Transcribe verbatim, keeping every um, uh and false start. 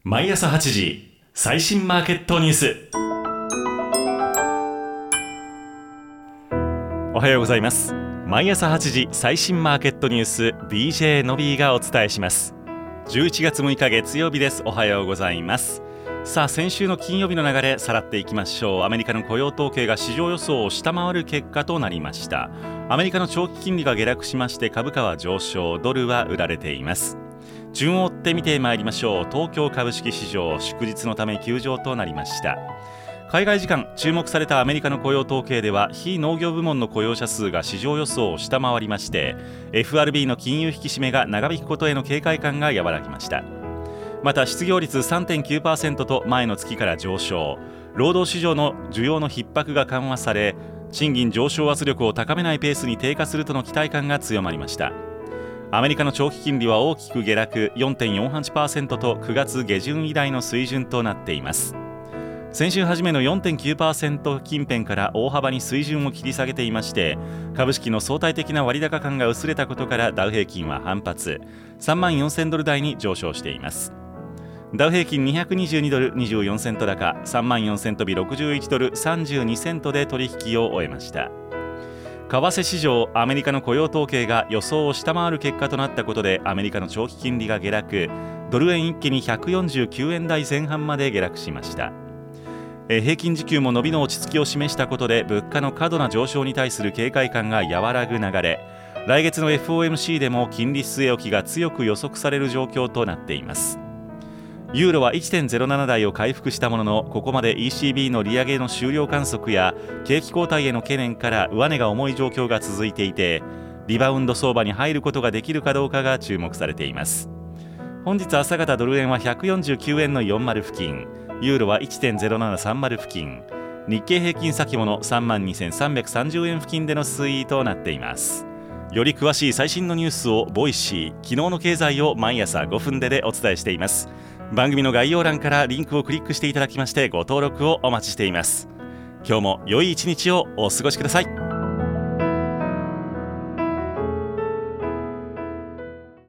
毎朝はちじ最新マーケットニュース。おはようございます。毎朝はちじ最新マーケットニュース ディージェー のびーがお伝えします。じゅういちがつむいか月曜日です。おはようございます。さあ、先週の金曜日の流れさらっていきましょう。アメリカの雇用統計が市場予想を下回る結果となりました。アメリカの長期金利が下落しまして株価は上昇、ドルは売られています。順を追って見てまいりましょう。東京株式市場、祝日のため休場となりました。海外時間、注目されたアメリカの雇用統計では非農業部門の雇用者数が市場予想を下回りまして、 エフアールビー の金融引き締めが長引くことへの警戒感が和らぎました。また失業率 さんてんきゅうパーセント と前の月から上昇、労働市場の需要の逼迫が緩和され、賃金上昇圧力を高めないペースに低下するとの期待感が強まりました。アメリカの長期金利は大きく下落 よんてんよんはちパーセント とくがつ下旬以来の水準となっています。先週初めの よんてんきゅうパーセント 近辺から大幅に水準を切り下げていまして、株式の相対的な割高感が薄れたことからダウ平均は反発、さんまんよんせんドル台に上昇しています。ダウ平均にひゃくにじゅうにドルにじゅうよんセント高、さんまんよんせん飛びろくじゅういちドルさんじゅうにセントで取引を終えました。為替市場、アメリカの雇用統計が予想を下回る結果となったことでアメリカの長期金利が下落、ドル円一気にひゃくよんじゅうきゅうえん台前半まで下落しました。え平均時給も伸びの落ち着きを示したことで物価の過度な上昇に対する警戒感が和らぐ流れ、来月の エフオーエムシー でも金利据え置きが強く予測される状況となっています。ユーロは いってんゼロなな 台を回復したものの、ここまで イーシービー の利上げの終了観測や景気後退への懸念から上値が重い状況が続いていて、リバウンド相場に入ることができるかどうかが注目されています。本日朝方ドル円はひゃくよんじゅうきゅうえんのよんじゅう付近、ユーロは いってんゼロななさんまる 付近、日経平均先物 さんまんにせんさんびゃくさんじゅうえん付近での推移となっています。より詳しい最新のニュースをボイシー、昨日の経済を毎朝ごふんででお伝えしています。番組の概要欄からリンクをクリックしていただきましてご登録をお待ちしています。今日も良い一日をお過ごしください。